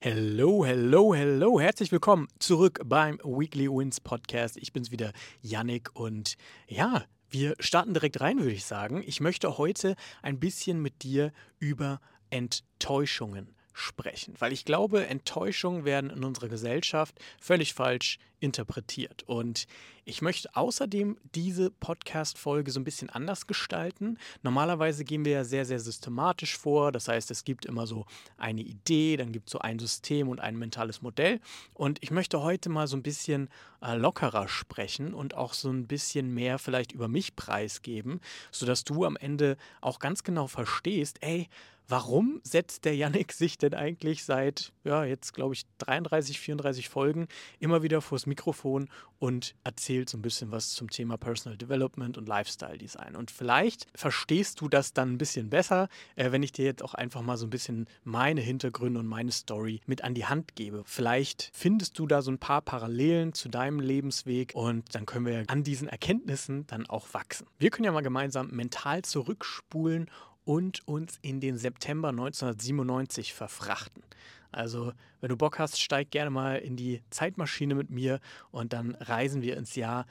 Hello, hello, hello. Herzlich willkommen zurück beim Weekly Wins Podcast. Ich bin's wieder, Yannick. Und ja, wir starten direkt rein, würde ich sagen. Ich möchte heute ein bisschen mit dir über Enttäuschungen sprechen, weil ich glaube, Enttäuschungen werden in unserer Gesellschaft völlig falsch interpretiert. Und ich möchte außerdem diese Podcast-Folge so ein bisschen anders gestalten. Normalerweise gehen wir ja sehr, sehr systematisch vor. Das heißt, es gibt immer so eine Idee, dann gibt es so ein System und ein mentales Modell. Und ich möchte heute mal so ein bisschen lockerer sprechen und auch so ein bisschen mehr vielleicht über mich preisgeben, sodass du am Ende auch ganz genau verstehst, ey, warum setzt der Yannick sich denn eigentlich seit, ja, jetzt glaube ich 33, 34 Folgen immer wieder vors Mikrofon und erzählt so ein bisschen was zum Thema Personal Development und Lifestyle Design. Und vielleicht verstehst du das dann ein bisschen besser, wenn ich dir jetzt auch einfach mal so ein bisschen meine Hintergründe und meine Story mit an die Hand gebe. Vielleicht findest du da so ein paar Parallelen zu deinem Lebensweg und dann können wir ja an diesen Erkenntnissen dann auch wachsen. Wir können ja mal gemeinsam mental zurückspulen und uns in den September 1997 verfrachten. Also, wenn du Bock hast, steig gerne mal in die Zeitmaschine mit mir und dann reisen wir ins Jahr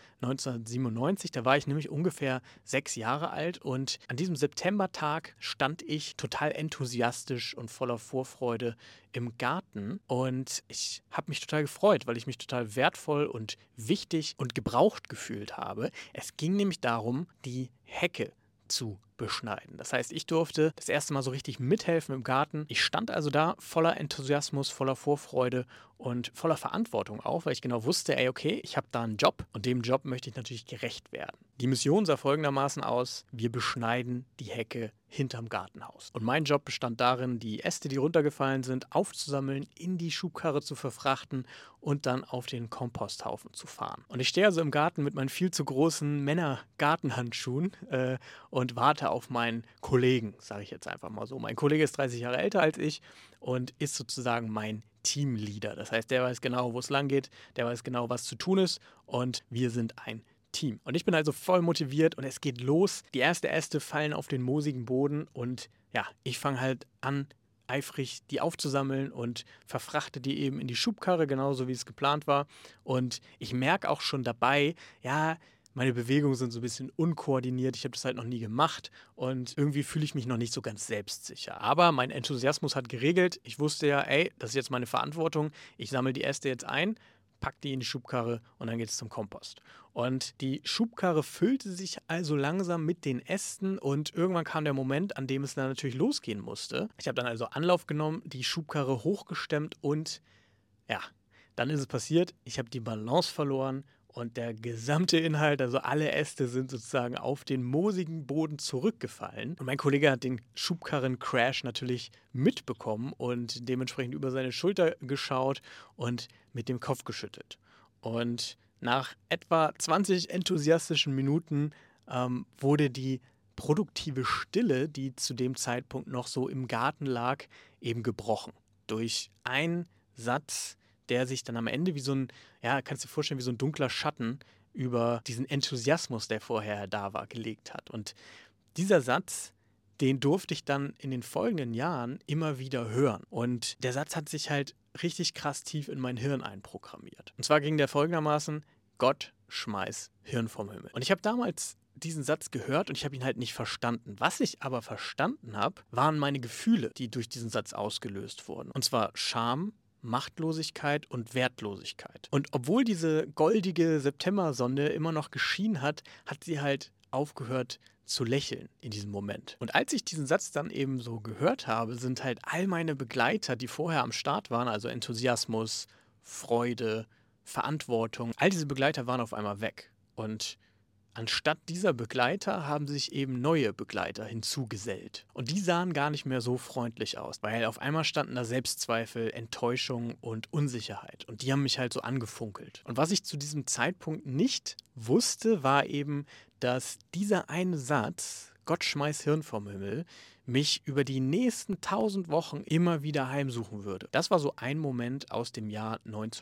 1997. Da war ich nämlich ungefähr 6 Jahre alt und an diesem Septembertag stand ich total enthusiastisch und voller Vorfreude im Garten und ich habe mich total gefreut, weil ich mich total wertvoll und wichtig und gebraucht gefühlt habe. Es ging nämlich darum, die Hecke zu beschneiden. Das heißt, ich durfte das erste Mal so richtig mithelfen im Garten. Ich stand also da voller Enthusiasmus, voller Vorfreude und voller Verantwortung auch, weil ich genau wusste, ey, okay, ich habe da einen Job und dem Job möchte ich natürlich gerecht werden. Die Mission sah folgendermaßen aus: Wir beschneiden die Hecke hinterm Gartenhaus. Und mein Job bestand darin, die Äste, die runtergefallen sind, aufzusammeln, in die Schubkarre zu verfrachten und dann auf den Komposthaufen zu fahren. Und ich stehe also im Garten mit meinen viel zu großen Männer-Gartenhandschuhen und warte auf meinen Kollegen, sage ich jetzt einfach mal so. Mein Kollege ist 30 Jahre älter als ich und ist sozusagen mein Teamleader. Das heißt, der weiß genau, wo es lang geht, der weiß genau, was zu tun ist und wir sind ein Team. Und ich bin also voll motiviert und es geht los. Die ersten Äste fallen auf den moosigen Boden und ja, ich fange halt an, eifrig die aufzusammeln und verfrachte die eben in die Schubkarre, genauso wie es geplant war. Und ich merke auch schon dabei, ja, meine Bewegungen sind so ein bisschen unkoordiniert. Ich habe das halt noch nie gemacht und irgendwie fühle ich mich noch nicht so ganz selbstsicher. Aber mein Enthusiasmus hat geregelt. Ich wusste ja, ey, das ist jetzt meine Verantwortung. Ich sammle die Äste jetzt ein, pack die in die Schubkarre und dann geht es zum Kompost. Und die Schubkarre füllte sich also langsam mit den Ästen und irgendwann kam der Moment, an dem es dann natürlich losgehen musste. Ich habe dann also Anlauf genommen, die Schubkarre hochgestemmt und ja, dann ist es passiert. Ich habe die Balance verloren und der gesamte Inhalt, also alle Äste, sind sozusagen auf den moosigen Boden zurückgefallen. Und mein Kollege hat den Schubkarren-Crash natürlich mitbekommen und dementsprechend über seine Schulter geschaut und mit dem Kopf geschüttelt. Und nach etwa 20 enthusiastischen Minuten wurde die produktive Stille, die zu dem Zeitpunkt noch so im Garten lag, eben gebrochen. Durch einen Satz, der sich dann am Ende wie so ein, ja, kannst du dir vorstellen, wie so ein dunkler Schatten über diesen Enthusiasmus, der vorher da war, gelegt hat. Und dieser Satz, den durfte ich dann in den folgenden Jahren immer wieder hören. Und der Satz hat sich halt richtig krass tief in mein Hirn einprogrammiert. Und zwar ging der folgendermaßen: Gott schmeiß Hirn vom Himmel. Und ich habe damals diesen Satz gehört und ich habe ihn halt nicht verstanden. Was ich aber verstanden habe, waren meine Gefühle, die durch diesen Satz ausgelöst wurden. Und zwar Scham, Machtlosigkeit und Wertlosigkeit. Und obwohl diese goldige Septembersonne immer noch geschienen hat, hat sie halt aufgehört zu lächeln in diesem Moment. Und als ich diesen Satz dann eben so gehört habe, sind halt all meine Begleiter, die vorher am Start waren, also Enthusiasmus, Freude, Verantwortung, all diese Begleiter waren auf einmal weg. Und anstatt dieser Begleiter haben sich eben neue Begleiter hinzugesellt. Und die sahen gar nicht mehr so freundlich aus, weil auf einmal standen da Selbstzweifel, Enttäuschung und Unsicherheit. Und die haben mich halt so angefunkelt. Und was ich zu diesem Zeitpunkt nicht wusste, war eben, dass dieser eine Satz, Gott schmeiß Hirn vom Himmel, mich über die nächsten 1000 Wochen immer wieder heimsuchen würde. Das war so ein Moment aus dem Jahr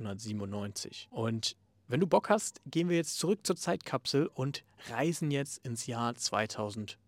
1997. Und wenn du Bock hast, gehen wir jetzt zurück zur Zeitkapsel und reisen jetzt ins Jahr 2019.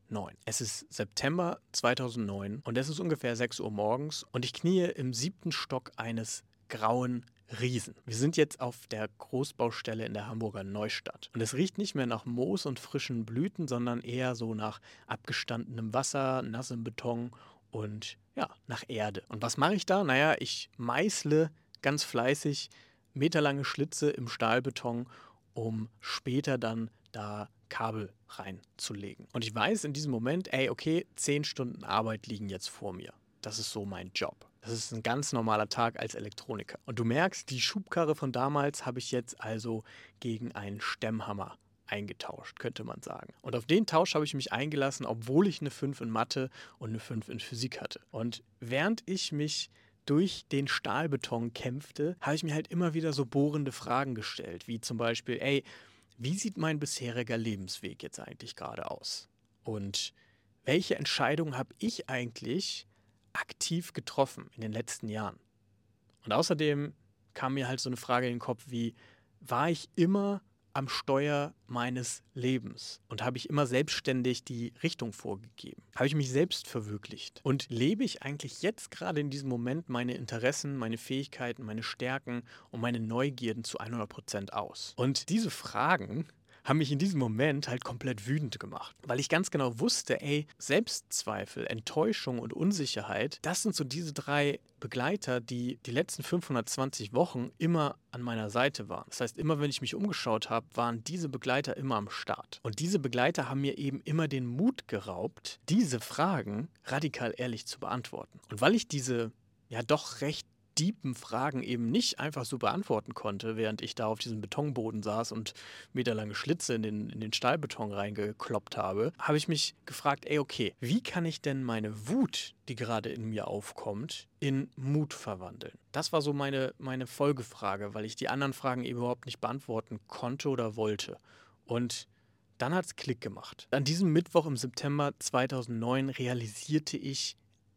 Es ist September 2009 und es ist ungefähr 6 Uhr morgens und ich kniee im 7. Stock eines grauen Riesen. Wir sind jetzt auf der Großbaustelle in der Hamburger Neustadt. Und es riecht nicht mehr nach Moos und frischen Blüten, sondern eher so nach abgestandenem Wasser, nassem Beton und ja, nach Erde. Und was mache ich da? Naja, ich meißle ganz fleißig meterlange Schlitze im Stahlbeton, um später dann da Kabel reinzulegen. Und ich weiß in diesem Moment, ey, okay, 10 Stunden Arbeit liegen jetzt vor mir. Das ist so mein Job. Das ist ein ganz normaler Tag als Elektroniker. Und du merkst, die Schubkarre von damals habe ich jetzt also gegen einen Stemmhammer eingetauscht, könnte man sagen. Und auf den Tausch habe ich mich eingelassen, obwohl ich eine 5 in Mathe und eine 5 in Physik hatte. Und während ich mich durch den Stahlbeton kämpfte, habe ich mir halt immer wieder so bohrende Fragen gestellt, wie zum Beispiel, ey, wie sieht mein bisheriger Lebensweg jetzt eigentlich gerade aus? Und welche Entscheidungen habe ich eigentlich aktiv getroffen in den letzten Jahren? Und außerdem kam mir halt so eine Frage in den Kopf wie, war ich immer am Steuer meines Lebens und habe ich immer selbstständig die Richtung vorgegeben? Habe ich mich selbst verwirklicht? Und lebe ich eigentlich jetzt gerade in diesem Moment meine Interessen, meine Fähigkeiten, meine Stärken und meine Neugierden zu 100% aus? Und diese Fragen haben mich in diesem Moment halt komplett wütend gemacht, weil ich ganz genau wusste, ey, Selbstzweifel, Enttäuschung und Unsicherheit, das sind so diese 3 Begleiter, die die letzten 520 Wochen immer an meiner Seite waren. Das heißt, immer wenn ich mich umgeschaut habe, waren diese Begleiter immer am Start. Und diese Begleiter haben mir eben immer den Mut geraubt, diese Fragen radikal ehrlich zu beantworten. Und weil ich diese ja doch recht deepen Fragen eben nicht einfach so beantworten konnte, während ich da auf diesem Betonboden saß und meterlange Schlitze in den Stahlbeton reingekloppt habe, habe ich mich gefragt, ey, okay, wie kann ich denn meine Wut, die gerade in mir aufkommt, in Mut verwandeln? Das war so meine Folgefrage, weil ich die anderen Fragen eben überhaupt nicht beantworten konnte oder wollte. Und dann hat es Klick gemacht. An diesem Mittwoch im September 2009 realisierte ich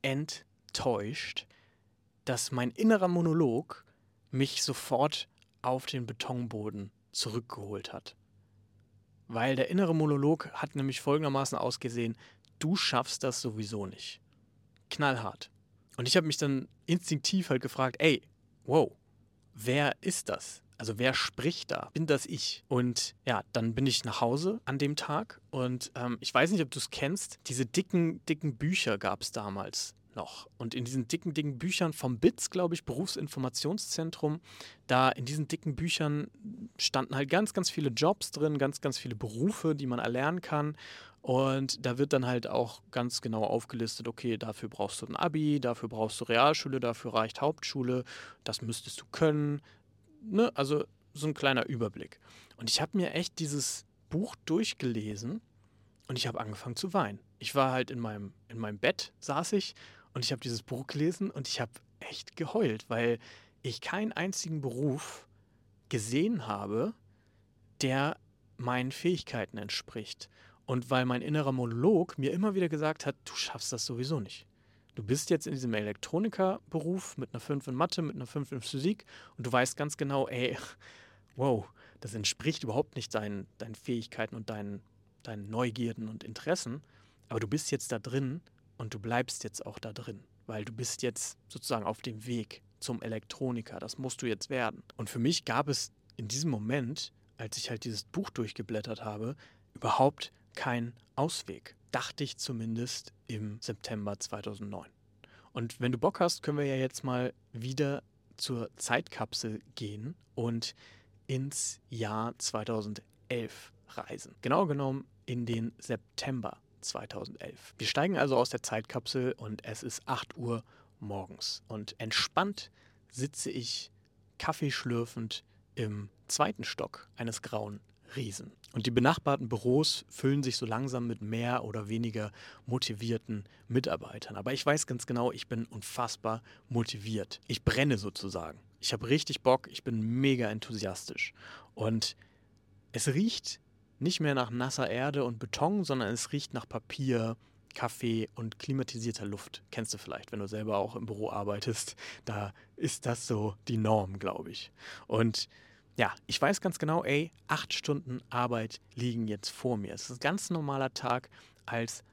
enttäuscht, dass mein innerer Monolog mich sofort auf den Betonboden zurückgeholt hat. Weil der innere Monolog hat nämlich folgendermaßen ausgesehen: Du schaffst das sowieso nicht. Knallhart. Und ich habe mich dann instinktiv halt gefragt, ey, wow, wer ist das? Also wer spricht da? Bin das ich? Und ja, dann bin ich nach Hause an dem Tag und ich weiß nicht, ob du es kennst, diese dicken Bücher gab es damals noch. Und in diesen dicken Büchern vom BITS, glaube ich, Berufsinformationszentrum, da in diesen dicken Büchern standen halt ganz viele Jobs drin, ganz viele Berufe, die man erlernen kann. Und da wird dann halt auch ganz genau aufgelistet, okay, dafür brauchst du ein Abi, dafür brauchst du Realschule, dafür reicht Hauptschule, das müsstest du können. Ne? Also so ein kleiner Überblick. Und ich habe mir echt dieses Buch durchgelesen und ich habe angefangen zu weinen. Ich war halt in meinem Bett, saß ich und ich habe dieses Buch gelesen und ich habe echt geheult, weil ich keinen einzigen Beruf gesehen habe, der meinen Fähigkeiten entspricht. Und weil mein innerer Monolog mir immer wieder gesagt hat, du schaffst das sowieso nicht. Du bist jetzt in diesem Elektronikerberuf mit einer 5 in Mathe, mit einer 5 in Physik und du weißt ganz genau, ey, wow, das entspricht überhaupt nicht deinen Fähigkeiten und deinen Neugierden und Interessen, aber du bist jetzt da drin und du bleibst jetzt auch da drin, weil du bist jetzt sozusagen auf dem Weg zum Elektroniker, das musst du jetzt werden. Und für mich gab es in diesem Moment, als ich halt dieses Buch durchgeblättert habe, überhaupt keinen Ausweg. Dachte ich zumindest im September 2009. Und wenn du Bock hast, können wir ja jetzt mal wieder zur Zeitkapsel gehen und ins Jahr 2011 reisen. Genau genommen in den September 2011. Wir steigen also aus der Zeitkapsel und es ist 8 Uhr morgens. Und entspannt sitze ich kaffeeschlürfend im 2. Stock eines grauen Riesen. Und die benachbarten Büros füllen sich so langsam mit mehr oder weniger motivierten Mitarbeitern. Aber ich weiß ganz genau, ich bin unfassbar motiviert. Ich brenne sozusagen. Ich habe richtig Bock, ich bin mega enthusiastisch. Und es riecht nicht mehr nach nasser Erde und Beton, sondern es riecht nach Papier, Kaffee und klimatisierter Luft. Kennst du vielleicht, wenn du selber auch im Büro arbeitest. Da ist das so die Norm, glaube ich. Und ja, ich weiß ganz genau, 8 Stunden Arbeit liegen jetzt vor mir. Es ist ein ganz normaler Tag als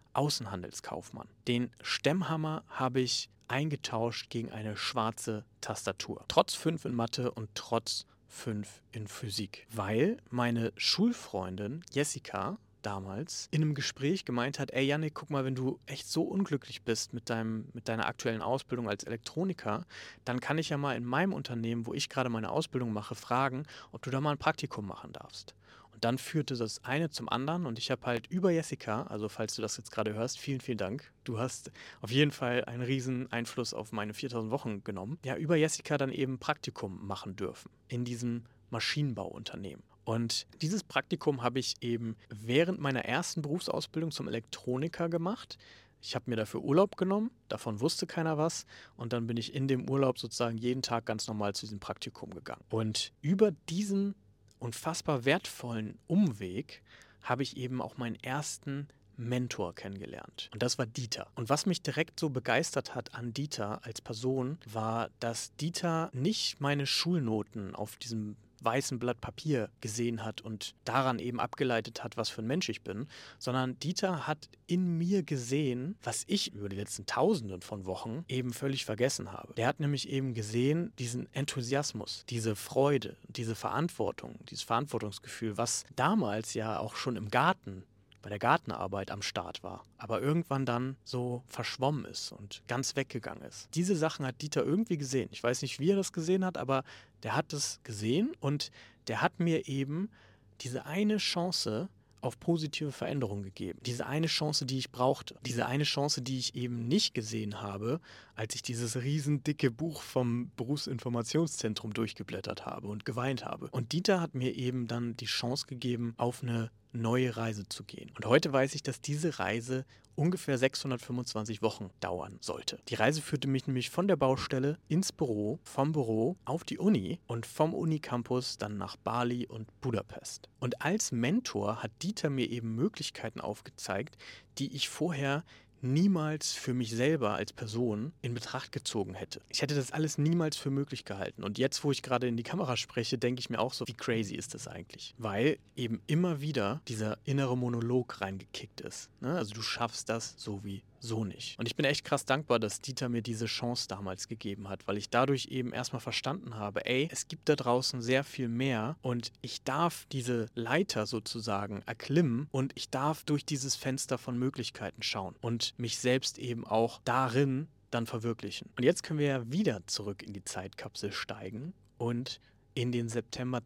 Außenhandelskaufmann. Den Stemmhammer habe ich eingetauscht gegen eine schwarze Tastatur. Trotz 5 in Mathe und trotz 5 in Physik. Weil meine Schulfreundin Jessica damals in einem Gespräch gemeint hat, ey Yannick, guck mal, wenn du echt so unglücklich bist mit deiner aktuellen Ausbildung als Elektroniker, dann kann ich ja mal in meinem Unternehmen, wo ich gerade meine Ausbildung mache, fragen, ob du da mal ein Praktikum machen darfst. Und dann führte das eine zum anderen und ich habe halt über Jessica, also falls du das jetzt gerade hörst, vielen, vielen Dank. Du hast auf jeden Fall einen riesen Einfluss auf meine 4000 Wochen genommen. Ja, über Jessica dann eben Praktikum machen dürfen in diesem Maschinenbauunternehmen. Und dieses Praktikum habe ich eben während meiner ersten Berufsausbildung zum Elektroniker gemacht. Ich habe mir dafür Urlaub genommen, davon wusste keiner was und dann bin ich in dem Urlaub sozusagen jeden Tag ganz normal zu diesem Praktikum gegangen. Und über diesen unfassbar wertvollen Umweg habe ich eben auch meinen ersten Mentor kennengelernt. Und das war Dieter. Und was mich direkt so begeistert hat an Dieter als Person, war, dass Dieter nicht meine Schulnoten auf diesem weißen Blatt Papier gesehen hat und daran eben abgeleitet hat, was für ein Mensch ich bin, sondern Dieter hat in mir gesehen, was ich über die letzten Tausenden von Wochen eben völlig vergessen habe. Der hat nämlich eben gesehen, diesen Enthusiasmus, diese Freude, diese Verantwortung, dieses Verantwortungsgefühl, was damals ja auch schon im Garten bei der Gartenarbeit am Start war, aber irgendwann dann so verschwommen ist und ganz weggegangen ist. Diese Sachen hat Dieter irgendwie gesehen. Ich weiß nicht, wie er das gesehen hat, aber der hat es gesehen und der hat mir eben diese eine Chance auf positive Veränderung gegeben. Diese eine Chance, die ich brauchte. Diese eine Chance, die ich eben nicht gesehen habe, als ich dieses riesen dicke Buch vom Berufsinformationszentrum durchgeblättert habe und geweint habe. Und Dieter hat mir eben dann die Chance gegeben, auf eine neue Reise zu gehen. Und heute weiß ich, dass diese Reise ungefähr 625 Wochen dauern sollte. Die Reise führte mich nämlich von der Baustelle ins Büro, vom Büro auf die Uni und vom Unicampus dann nach Bali und Budapest. Und als Mentor hat Dieter mir eben Möglichkeiten aufgezeigt, die ich vorher niemals für mich selber als Person in Betracht gezogen hätte. Ich hätte das alles niemals für möglich gehalten. Und jetzt, wo ich gerade in die Kamera spreche, denke ich mir auch so, wie crazy ist das eigentlich? Weil eben immer wieder dieser innere Monolog reingekickt ist. Ne? Also du schaffst das sowieso nicht. Und ich bin echt krass dankbar, dass Dieter mir diese Chance damals gegeben hat, weil ich dadurch eben erstmal verstanden habe, ey, es gibt da draußen sehr viel mehr und ich darf diese Leiter sozusagen erklimmen und ich darf durch dieses Fenster von Möglichkeiten schauen und mich selbst eben auch darin dann verwirklichen. Und jetzt können wir ja wieder zurück in die Zeitkapsel steigen und in den September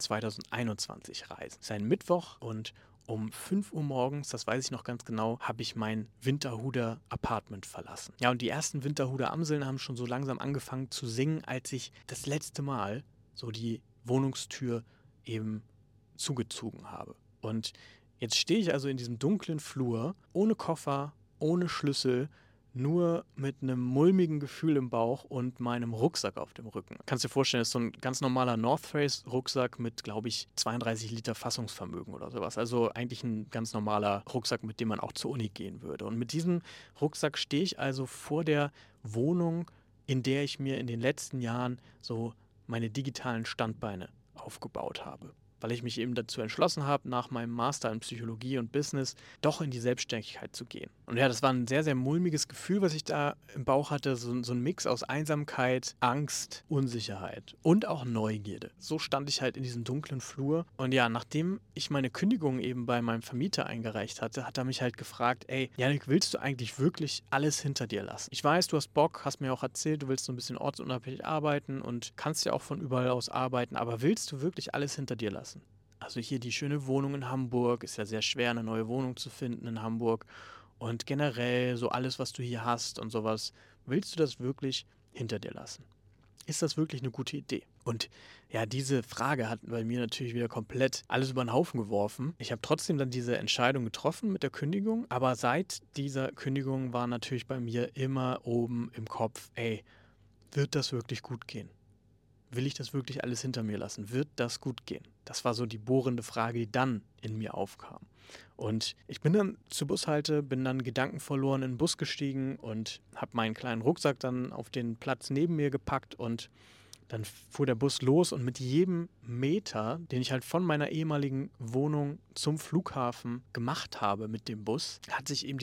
2021 reisen. Es ist ein Mittwoch und um 5 Uhr morgens, das weiß ich noch ganz genau, habe ich mein Winterhuder Apartment verlassen. Ja, und die ersten Winterhuder Amseln haben schon so langsam angefangen zu singen, als ich das letzte Mal so die Wohnungstür eben zugezogen habe. Und jetzt stehe ich also in diesem dunklen Flur, ohne Koffer, ohne Schlüssel, nur mit einem mulmigen Gefühl im Bauch und meinem Rucksack auf dem Rücken. Kannst dir vorstellen, das ist so ein ganz normaler North Face Rucksack mit, glaube ich, 32 Liter Fassungsvermögen oder sowas. Also eigentlich ein ganz normaler Rucksack, mit dem man auch zur Uni gehen würde. Und mit diesem Rucksack stehe ich also vor der Wohnung, in der ich mir in den letzten Jahren so meine digitalen Standbeine aufgebaut habe. Weil ich mich eben dazu entschlossen habe, nach meinem Master in Psychologie und Business doch in die Selbstständigkeit zu gehen. Und ja, das war ein sehr, sehr mulmiges Gefühl, was ich da im Bauch hatte. So ein Mix aus Einsamkeit, Angst, Unsicherheit und auch Neugierde. So stand ich halt in diesem dunklen Flur. Und ja, nachdem ich meine Kündigung eben bei meinem Vermieter eingereicht hatte, hat er mich halt gefragt, ey, Yannick, willst du eigentlich wirklich alles hinter dir lassen? Ich weiß, du hast Bock, hast mir auch erzählt, du willst so ein bisschen ortsunabhängig arbeiten und kannst ja auch von überall aus arbeiten, aber willst du wirklich alles hinter dir lassen? Also hier die schöne Wohnung in Hamburg, ist ja sehr schwer, eine neue Wohnung zu finden in Hamburg. Und generell so alles, was du hier hast und sowas, willst du das wirklich hinter dir lassen? Ist das wirklich eine gute Idee? Und ja, diese Frage hat bei mir natürlich wieder komplett alles über den Haufen geworfen. Ich habe trotzdem dann diese Entscheidung getroffen mit der Kündigung, aber seit dieser Kündigung war natürlich bei mir immer oben im Kopf, ey, wird das wirklich gut gehen? Will ich das wirklich alles hinter mir lassen? Wird das gut gehen? Das war so die bohrende Frage, die dann in mir aufkam. Und ich bin dann zur Bushalte, bin dann gedankenverloren in den Bus gestiegen und habe meinen kleinen Rucksack dann auf den Platz neben mir gepackt und dann fuhr der Bus los und mit jedem Meter, den ich halt von meiner ehemaligen Wohnung zum Flughafen gemacht habe mit dem Bus, hat sich eben dieses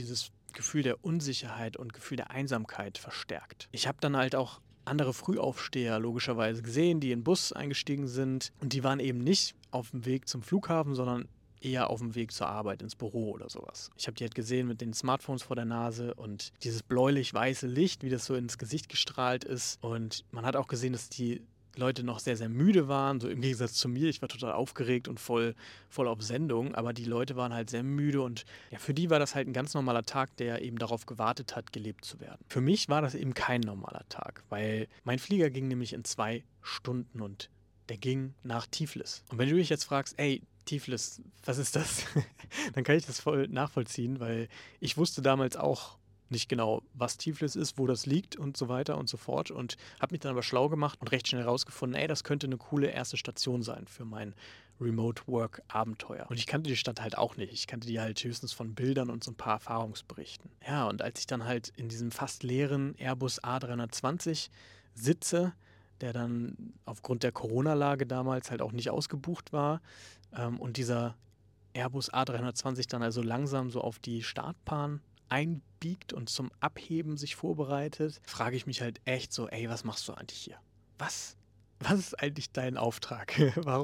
Gefühl der Unsicherheit und Gefühl der Einsamkeit verstärkt. Ich habe dann halt auch andere Frühaufsteher logischerweise gesehen, die in den Bus eingestiegen sind und die waren eben nicht auf dem Weg zum Flughafen, sondern eher auf dem Weg zur Arbeit, ins Büro oder sowas. Ich habe die halt gesehen mit den Smartphones vor der Nase und dieses bläulich-weiße Licht, wie das so ins Gesicht gestrahlt ist. Und man hat auch gesehen, dass die Leute noch sehr, sehr müde waren, so im Gegensatz zu mir. Ich war total aufgeregt und voll auf Sendung, aber die Leute waren halt sehr müde und ja, für die war das halt ein ganz normaler Tag, der eben darauf gewartet hat, gelebt zu werden. Für mich war das eben kein normaler Tag, weil mein Flieger ging nämlich in 2 Stunden und der ging nach Tiflis. Und wenn du dich jetzt fragst, ey, Tiflis, was ist das? Dann kann ich das voll nachvollziehen, weil ich wusste damals auch nicht genau, was Tiflis ist, wo das liegt und so weiter und so fort und habe mich dann aber schlau gemacht und recht schnell rausgefunden, ey, das könnte eine coole erste Station sein für mein Remote-Work-Abenteuer. Und ich kannte die Stadt halt auch nicht. Ich kannte die halt höchstens von Bildern und so ein paar Erfahrungsberichten. Ja, und als ich dann halt in diesem fast leeren Airbus A320 sitze, der dann aufgrund der Corona-Lage damals halt auch nicht ausgebucht war, und dieser Airbus A320 dann also langsam so auf die Startbahn einbiegt und zum Abheben sich vorbereitet, frage ich mich halt echt so, ey, was machst du eigentlich hier? Was ist eigentlich dein Auftrag?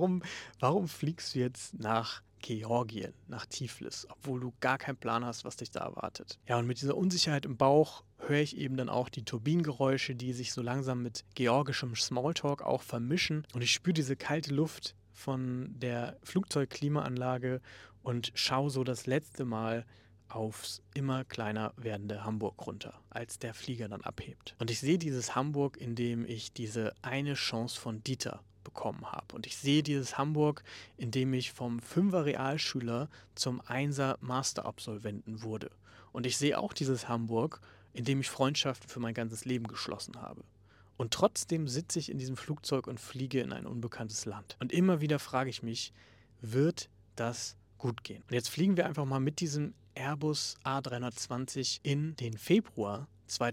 Warum fliegst du jetzt nach Georgien, nach Tiflis, obwohl du gar keinen Plan hast, was dich da erwartet? Ja, und mit dieser Unsicherheit im Bauch höre ich eben dann auch die Turbinengeräusche, die sich so langsam mit georgischem Smalltalk auch vermischen. Und ich spüre diese kalte Luft von der Flugzeugklimaanlage und schaue so das letzte Mal aufs immer kleiner werdende Hamburg runter, als der Flieger dann abhebt. Und ich sehe dieses Hamburg, in dem ich diese eine Chance von Dieter bekommen habe. Und ich sehe dieses Hamburg, in dem ich vom 5er Realschüler zum 1er Masterabsolventen wurde. Und ich sehe auch dieses Hamburg, in dem ich Freundschaften für mein ganzes Leben geschlossen habe. Und trotzdem sitze ich in diesem Flugzeug und fliege in ein unbekanntes Land. Und immer wieder frage ich mich, wird das gut gehen? Und jetzt fliegen wir einfach mal mit diesem Airbus A320 in den Februar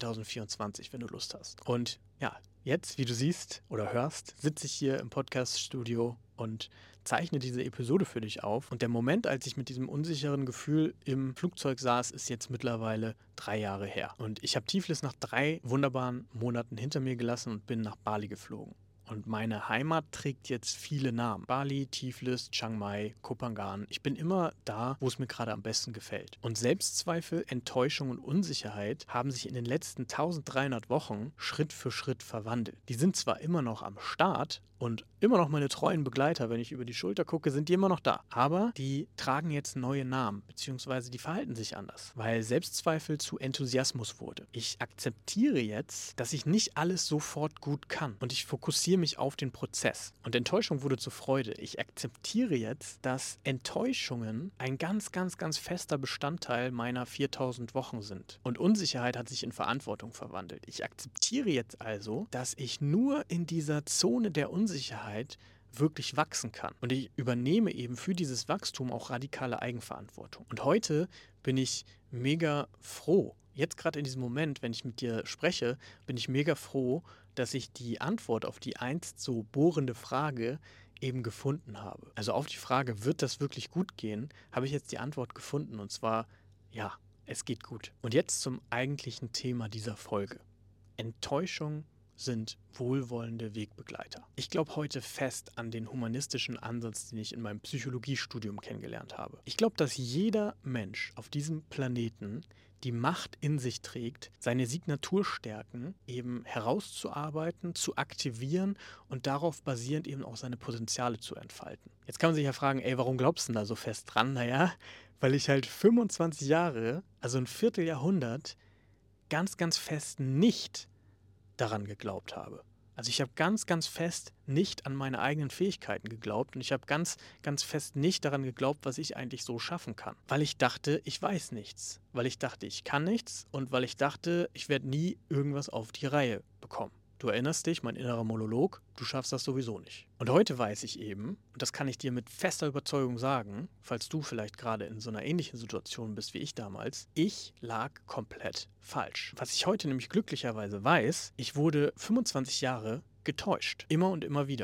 2024, wenn du Lust hast. Und ja, jetzt, wie du siehst oder hörst, sitze ich hier im Podcast-Studio und zeichne diese Episode für dich auf. Und der Moment, als ich mit diesem unsicheren Gefühl im Flugzeug saß, ist jetzt mittlerweile 3 Jahre her. Und ich habe Tiflis nach 3 wunderbaren Monaten hinter mir gelassen und bin nach Bali geflogen. Und meine Heimat trägt jetzt viele Namen. Bali, Tiflis, Chiang Mai, Koh Phangan. Ich bin immer da, wo es mir gerade am besten gefällt. Und Selbstzweifel, Enttäuschung und Unsicherheit haben sich in den letzten 1300 Wochen Schritt für Schritt verwandelt. Die sind zwar immer noch am Start und immer noch meine treuen Begleiter, wenn ich über die Schulter gucke, sind die immer noch da. Aber die tragen jetzt neue Namen, beziehungsweise die verhalten sich anders, weil Selbstzweifel zu Enthusiasmus wurde. Ich akzeptiere jetzt, dass ich nicht alles sofort gut kann und ich fokussiere mich auf den Prozess. Und Enttäuschung wurde zur Freude. Ich akzeptiere jetzt, dass Enttäuschungen ein ganz, ganz, ganz fester Bestandteil meiner 4000 Wochen sind. Und Unsicherheit hat sich in Verantwortung verwandelt. Ich akzeptiere jetzt also, dass ich nur in dieser Zone der Unsicherheit wirklich wachsen kann. Und ich übernehme eben für dieses Wachstum auch radikale Eigenverantwortung. Und heute bin ich mega froh. Jetzt gerade in diesem Moment, wenn ich mit dir spreche, bin ich mega froh, dass ich die Antwort auf die einst so bohrende Frage eben gefunden habe. Also auf die Frage, wird das wirklich gut gehen, habe ich jetzt die Antwort gefunden. Und zwar, ja, es geht gut. Und jetzt zum eigentlichen Thema dieser Folge. Enttäuschung sind wohlwollende Wegbegleiter. Ich glaube heute fest an den humanistischen Ansatz, den ich in meinem Psychologiestudium kennengelernt habe. Ich glaube, dass jeder Mensch auf diesem Planeten die Macht in sich trägt, seine Signaturstärken eben herauszuarbeiten, zu aktivieren und darauf basierend eben auch seine Potenziale zu entfalten. Jetzt kann man sich ja fragen, ey, warum glaubst du denn da so fest dran? Naja, weil ich halt 25 Jahre, also ein Vierteljahrhundert, ganz, ganz fest nicht daran geglaubt habe. Also ich habe ganz, ganz fest nicht an meine eigenen Fähigkeiten geglaubt und ich habe ganz, ganz fest nicht daran geglaubt, was ich eigentlich so schaffen kann. Weil ich dachte, ich weiß nichts. Weil ich dachte, ich kann nichts und weil ich dachte, ich werde nie irgendwas auf die Reihe bekommen. Du erinnerst dich, mein innerer Monolog, du schaffst das sowieso nicht. Und heute weiß ich eben, und das kann ich dir mit fester Überzeugung sagen, falls du vielleicht gerade in so einer ähnlichen Situation bist wie ich damals, ich lag komplett falsch. Was ich heute nämlich glücklicherweise weiß, ich wurde 25 Jahre getäuscht. Immer und immer wieder.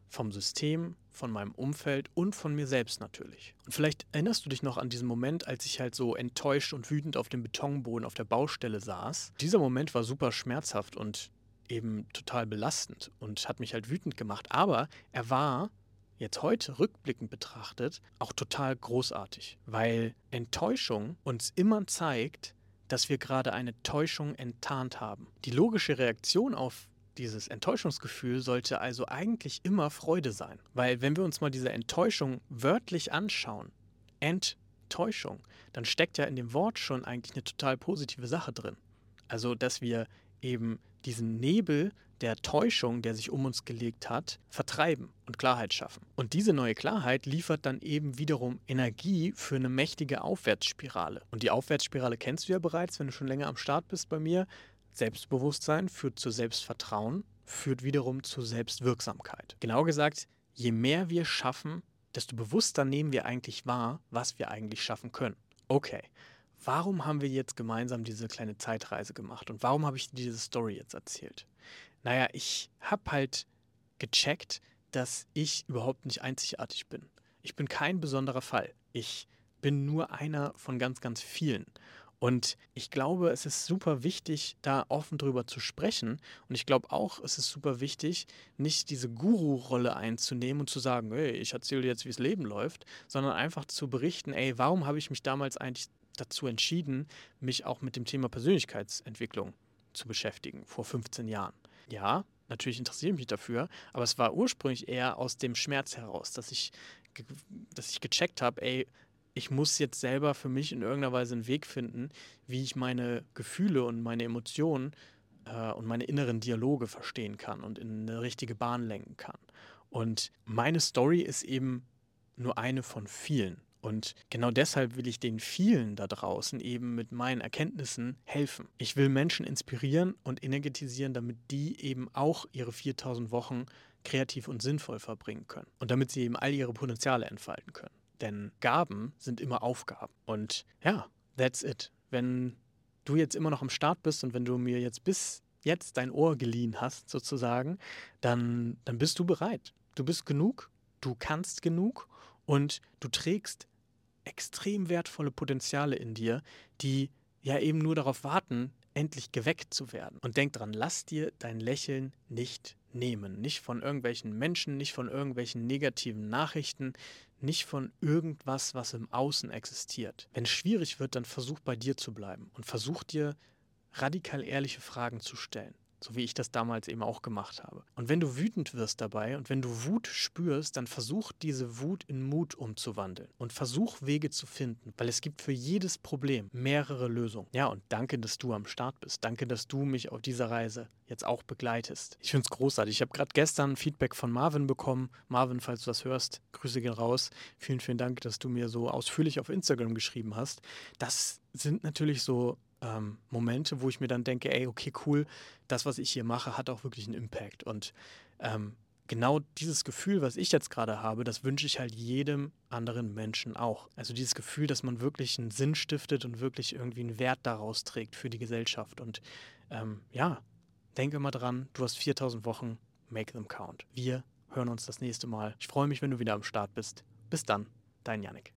vom System, von meinem Umfeld und von mir selbst natürlich. Und vielleicht erinnerst du dich noch an diesen Moment, als ich halt so enttäuscht und wütend auf dem Betonboden auf der Baustelle saß. Dieser Moment war super schmerzhaft und eben total belastend und hat mich halt wütend gemacht. Aber er war jetzt heute rückblickend betrachtet auch total großartig, weil Enttäuschung uns immer zeigt, dass wir gerade eine Täuschung enttarnt haben. Die logische Reaktion auf dieses Enttäuschungsgefühl sollte also eigentlich immer Freude sein. Weil wenn wir uns mal diese Enttäuschung wörtlich anschauen, Enttäuschung, dann steckt ja in dem Wort schon eigentlich eine total positive Sache drin. Also, dass wir eben diesen Nebel der Täuschung, der sich um uns gelegt hat, vertreiben und Klarheit schaffen. Und diese neue Klarheit liefert dann eben wiederum Energie für eine mächtige Aufwärtsspirale. Und die Aufwärtsspirale kennst du ja bereits, wenn du schon länger am Start bist bei mir. Selbstbewusstsein führt zu Selbstvertrauen, führt wiederum zu Selbstwirksamkeit. Genau gesagt, je mehr wir schaffen, desto bewusster nehmen wir eigentlich wahr, was wir eigentlich schaffen können. Okay, warum haben wir jetzt gemeinsam diese kleine Zeitreise gemacht und warum habe ich dir diese Story jetzt erzählt? Naja, ich habe halt gecheckt, dass ich überhaupt nicht einzigartig bin. Ich bin kein besonderer Fall. Ich bin nur einer von ganz, ganz vielen. Und ich glaube, es ist super wichtig, da offen drüber zu sprechen. Und ich glaube auch, es ist super wichtig, nicht diese Guru-Rolle einzunehmen und zu sagen, hey, ich erzähle dir jetzt, wie das Leben läuft, sondern einfach zu berichten, ey, warum habe ich mich damals eigentlich dazu entschieden, mich auch mit dem Thema Persönlichkeitsentwicklung zu beschäftigen, vor 15 Jahren. Ja, natürlich interessiere ich mich dafür, aber es war ursprünglich eher aus dem Schmerz heraus, dass ich gecheckt habe, ey, ich muss jetzt selber für mich in irgendeiner Weise einen Weg finden, wie ich meine Gefühle und meine Emotionen und meine inneren Dialoge verstehen kann und in eine richtige Bahn lenken kann. Und meine Story ist eben nur eine von vielen. Und genau deshalb will ich den vielen da draußen eben mit meinen Erkenntnissen helfen. Ich will Menschen inspirieren und energetisieren, damit die eben auch ihre 4000 Wochen kreativ und sinnvoll verbringen können. Und damit sie eben all ihre Potenziale entfalten können. Denn Gaben sind immer Aufgaben. Und ja, that's it. Wenn du jetzt immer noch am Start bist und wenn du mir jetzt bis jetzt dein Ohr geliehen hast, sozusagen, dann bist du bereit. Du bist genug, du kannst genug und du trägst extrem wertvolle Potenziale in dir, die ja eben nur darauf warten, endlich geweckt zu werden. Und denk dran, lass dir dein Lächeln nicht nehmen. Nicht von irgendwelchen Menschen, nicht von irgendwelchen negativen Nachrichten, nicht von irgendwas, was im Außen existiert. Wenn es schwierig wird, dann versuch bei dir zu bleiben und versuch dir radikal ehrliche Fragen zu stellen. So wie ich das damals eben auch gemacht habe. Und wenn du wütend wirst dabei und wenn du Wut spürst, dann versuch diese Wut in Mut umzuwandeln. Und versuch Wege zu finden, weil es gibt für jedes Problem mehrere Lösungen. Ja, und danke, dass du am Start bist. Danke, dass du mich auf dieser Reise jetzt auch begleitest. Ich finde es großartig. Ich habe gerade gestern Feedback von Marvin bekommen. Marvin, falls du das hörst, Grüße gehen raus. Vielen, vielen Dank, dass du mir so ausführlich auf Instagram geschrieben hast. Das sind natürlich so Momente, wo ich mir dann denke, ey, okay, cool, das, was ich hier mache, hat auch wirklich einen Impact. Und genau dieses Gefühl, was ich jetzt gerade habe, das wünsche ich halt jedem anderen Menschen auch. Also dieses Gefühl, dass man wirklich einen Sinn stiftet und wirklich irgendwie einen Wert daraus trägt für die Gesellschaft. Und ja, denke mal dran, du hast 4000 Wochen, make them count. Wir hören uns das nächste Mal. Ich freue mich, wenn du wieder am Start bist. Bis dann, dein Yannick.